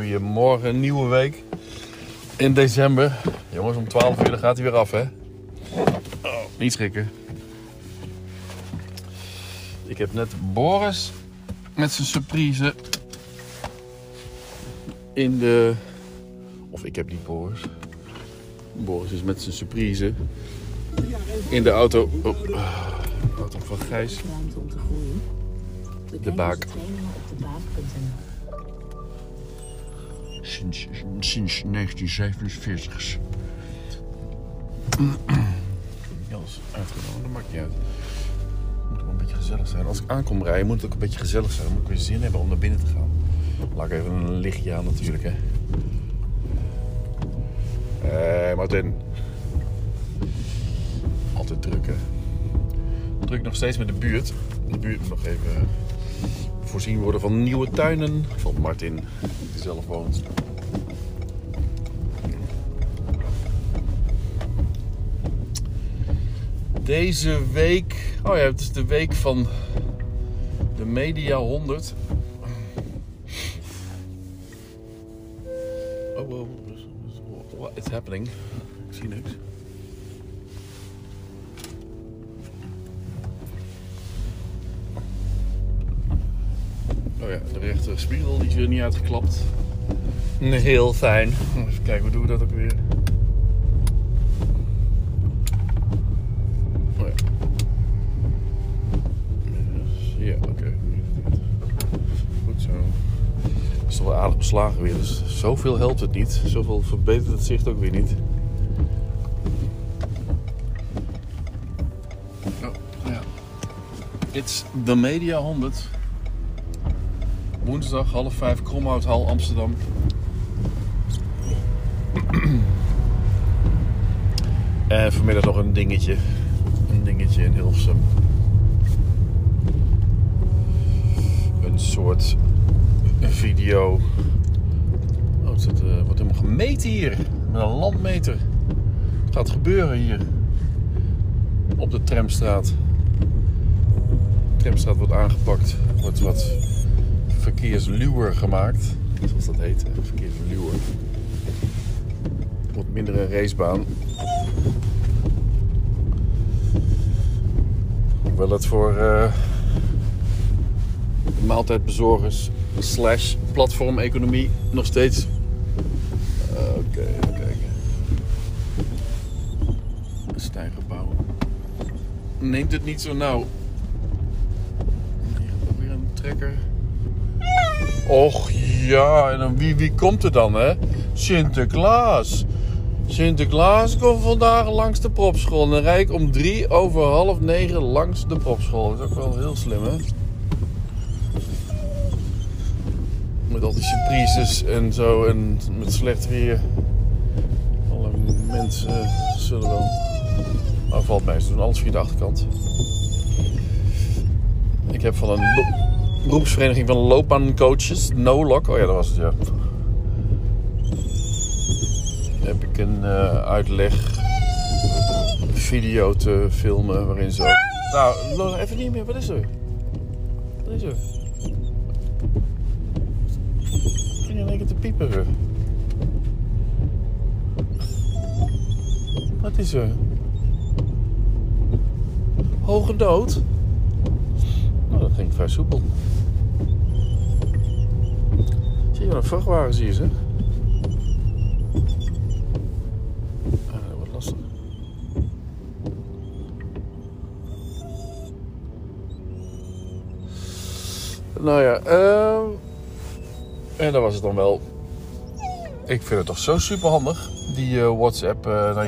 Goedemorgen, een nieuwe week in december. Jongens, om 12 uur dan gaat hij weer af, hè? Oh, niet schrikken. Ik heb net Boris met zijn surprise in de... Of ik heb niet Boris. Boris is met zijn surprise in de auto. Oh, auto van Gijs. De baak. Sinds 1947. Jas uitgenomen, dat maakt niet uit. Het moet wel een beetje gezellig zijn. Als ik aankom rijden moet het ook een beetje gezellig zijn. Dan moet ik weer zin hebben om naar binnen te gaan. Laat ik even een lichtje aan natuurlijk, hè. Martin. Altijd druk, hè. Druk nog steeds met de buurt. De buurt moet nog even voorzien worden van nieuwe tuinen. Van Martin, die zelf woont. Deze week... Oh ja, het is de week van de Media 100. Oh, wow. What is happening? Ik zie niks. Oh ja, de rechter spiegel die is weer niet uitgeklapt. Heel fijn. Even kijken, hoe doen we dat ook weer? Oh ja. Ja, oké. Goed zo. Het is toch wel aardig beslagen weer, dus zoveel helpt het niet. Zoveel verbetert het zicht ook weer niet. Oh, ja. It's the Media 100. Woensdag 4:30, Kromhouthal, Amsterdam. En vanmiddag nog een dingetje. Een dingetje in Hilversum. Een soort video. Oh, het wordt helemaal gemeten hier. Met een landmeter. Het gaat gebeuren hier. Op de Tramstraat. De Tramstraat wordt aangepakt. Wordt wat verkeersluwer gemaakt. Zoals dat heet. Verkeersluwer. Wat minder een racebaan. Hoewel het voor maaltijdbezorgers / platformeconomie nog steeds... Oké, even kijken. Een stijgergebouw. Neemt het niet zo nauw. Hier gaat ook weer een trekker. Och ja, en dan wie komt er dan, hè? Sinterklaas. Sinterklaas komt vandaag langs de propschool. En dan rijd ik om 9:03 langs de propschool. Dat is ook wel heel slim, hè? Met al die surprises en zo. En met slecht weer. Alle mensen zullen wel... Maar valt mee, ze doen alles via de achterkant. Ik heb van een beroepsvereniging van loopbaancoaches, NOLOC. Oh ja, dat was het, ja. Heb ik een uitleg video te filmen waarin zo... Nou, even niet meer. Wat is er? Wat is er? Ik ging in één keer te pieperen. Wat is er? Hoge dood? Nou, dat ging vrij soepel. Zie je wat een vrachtwagen, zie je ze? Dat wordt lastig. Nou ja, en dat was het dan wel. Ik vind het toch zo super handig, die WhatsApp naar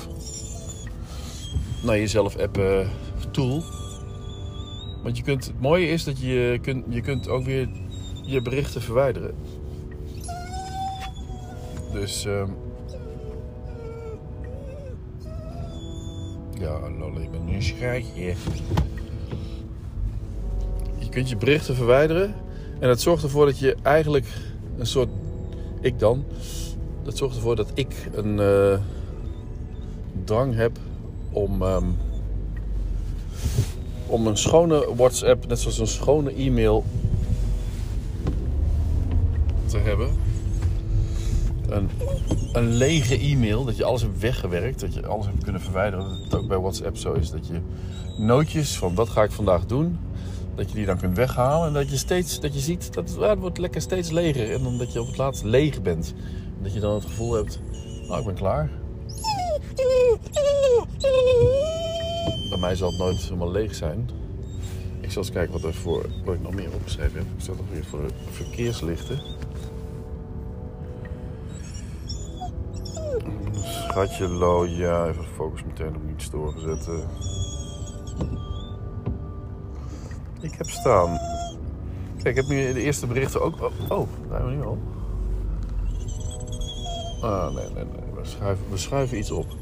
jezelf app tool. Want het mooie is dat je kunt ook weer je berichten verwijderen. Dus ja, lol, ik ben een schrijtje. Je kunt je berichten verwijderen. En dat zorgt ervoor dat je eigenlijk een soort... Dat zorgt ervoor dat ik een drang heb om een schone WhatsApp, net zoals een schone e-mail te hebben. een lege e-mail, dat je alles hebt weggewerkt, dat je alles hebt kunnen verwijderen. Dat het ook bij WhatsApp zo is, dat je nootjes van wat ga ik vandaag doen, dat je die dan kunt weghalen en dat je ziet dat het wordt lekker steeds leger en dan dat je op het laatst leeg bent. En dat je dan het gevoel hebt, nou ik ben klaar. Bij mij zal het nooit helemaal leeg zijn. Ik zal eens kijken wat ik nog meer opgeschreven heb. Ik sta nog weer voor de verkeerslichten. Schatje Lo, ja, even focus meteen op niet storen zetten. Ik heb staan. Kijk, ik heb nu de eerste berichten ook. Oh, daar zijn we nu al. Ah, nee. We schuiven iets op.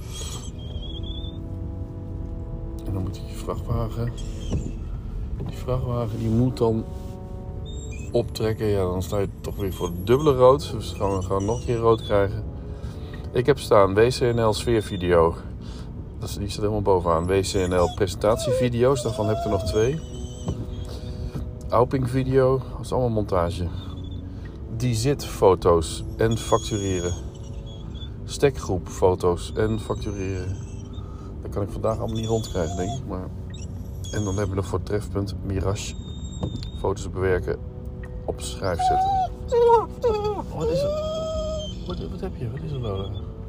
En dan moet die vrachtwagen. Die vrachtwagen die moet dan optrekken. Ja, dan sta je toch weer voor dubbele rood. Dus we gaan nog een keer rood krijgen. Ik heb staan WCNL sfeervideo. Die staat helemaal bovenaan. WCNL presentatievideo's. Daarvan heb ik er nog 2. Auping video. Dat is allemaal montage. Die zit foto's en factureren. Stekgroep foto's en factureren. Dat kan ik vandaag allemaal niet rondkrijgen, denk ik. Maar... En dan hebben we nog voor trefpunt Mirage. Foto's bewerken. Op schrijf zetten. Wat is het? Wat heb je? Wat is er nodig?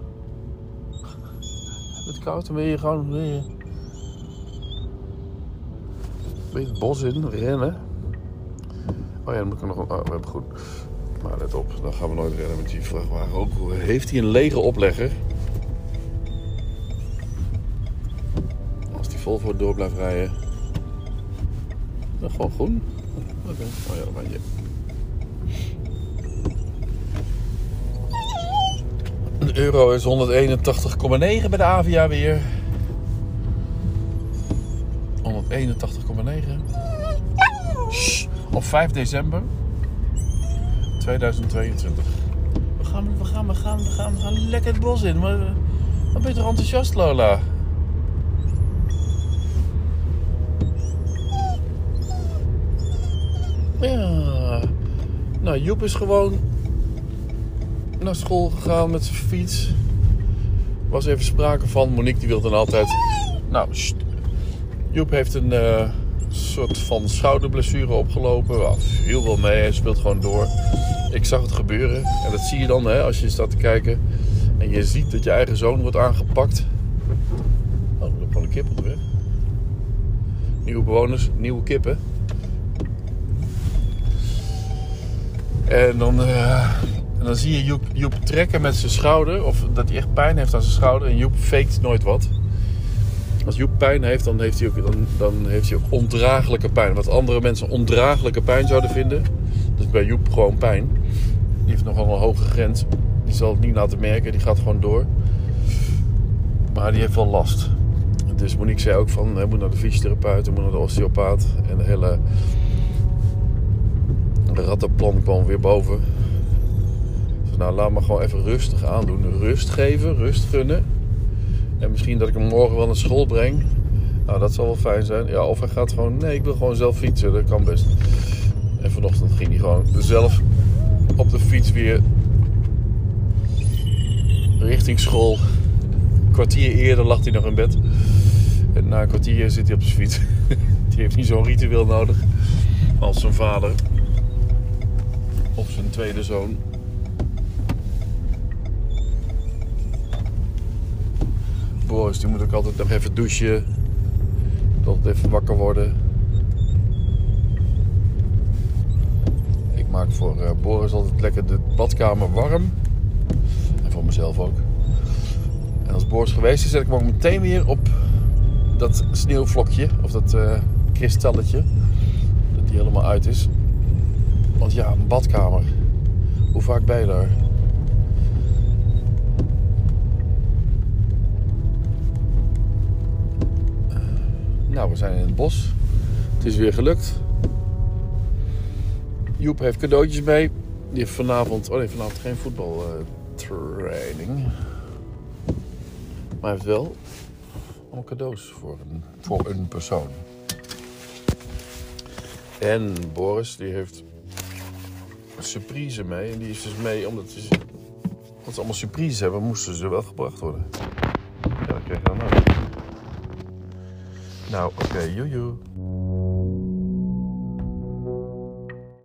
Het koud, dan wil je gewoon weer het bos in, rennen. Oh ja, dan moet ik nog... Oh, we hebben goed. Maar let op, dan gaan we nooit rennen met die vrachtwagen. Ook heeft hij een lege oplegger. Als die Volvo door blijft rijden. Dan gewoon groen. Oké. Oh ja, dat maakt je. De euro is 181,9 bij de Avia weer. 181,9. Op 5 december 2022. We gaan lekker het bos in. Maar wat ben je toch enthousiast, Lola? Ja. Nou, Joep is gewoon naar school gegaan met zijn fiets. Er was even sprake van. Monique die wilde dan altijd... Nou, Joep heeft een soort van schouderblessure opgelopen. Nou, viel wel mee, hij speelt gewoon door. Ik zag het gebeuren. En dat zie je dan hè, als je staat te kijken. En je ziet dat je eigen zoon wordt aangepakt. Oh, er loopt gewoon een kip op de weg. Nieuwe bewoners, nieuwe kippen. En dan zie je Joep trekken met zijn schouder. Of dat hij echt pijn heeft aan zijn schouder. En Joep faked nooit wat. Als Joep pijn heeft, dan heeft hij ook ondraaglijke pijn. Wat andere mensen ondraaglijke pijn zouden vinden. Dus bij Joep gewoon pijn. Die heeft nogal een hoge grens. Die zal het niet laten merken. Die gaat gewoon door. Maar die heeft wel last. Dus Monique zei ook van... Hij moet naar de fysiotherapeut. Hij moet naar de osteopaat. En de hele... De rattenplan kwam weer boven. Dus nou, laat me gewoon even rustig aandoen. Rust geven, rust gunnen. En misschien dat ik hem morgen wel naar school breng. Nou, dat zal wel fijn zijn. Ja, of hij gaat gewoon... Nee, ik wil gewoon zelf fietsen. Dat kan best. En vanochtend ging hij gewoon zelf op de fiets weer richting school. Een kwartier eerder lag hij nog in bed. En na een kwartier zit hij op zijn fiets. Die heeft niet zo'n ritueel nodig als zijn vader. Of zijn tweede zoon. Boris die moet ook altijd nog even douchen. Altijd even wakker worden. Ik maak voor Boris altijd lekker de badkamer warm. En voor mezelf ook. En als Boris geweest is, zet ik hem ook meteen weer op dat sneeuwvlokje. Of dat kristalletje. Dat die helemaal uit is. Want ja, een badkamer. Hoe vaak ben je daar? Nou, we zijn in het bos. Het is weer gelukt. Joep heeft cadeautjes mee. Die heeft vanavond... Oh nee, vanavond geen voetbaltraining. Maar hij heeft wel allemaal cadeaus voor een persoon. En Boris, die heeft een surprise mee. En die is dus mee omdat Omdat ze allemaal surprises hebben, moesten ze wel gebracht worden. Ja, dat kreeg je dan ook. Nou, oké, joejoe.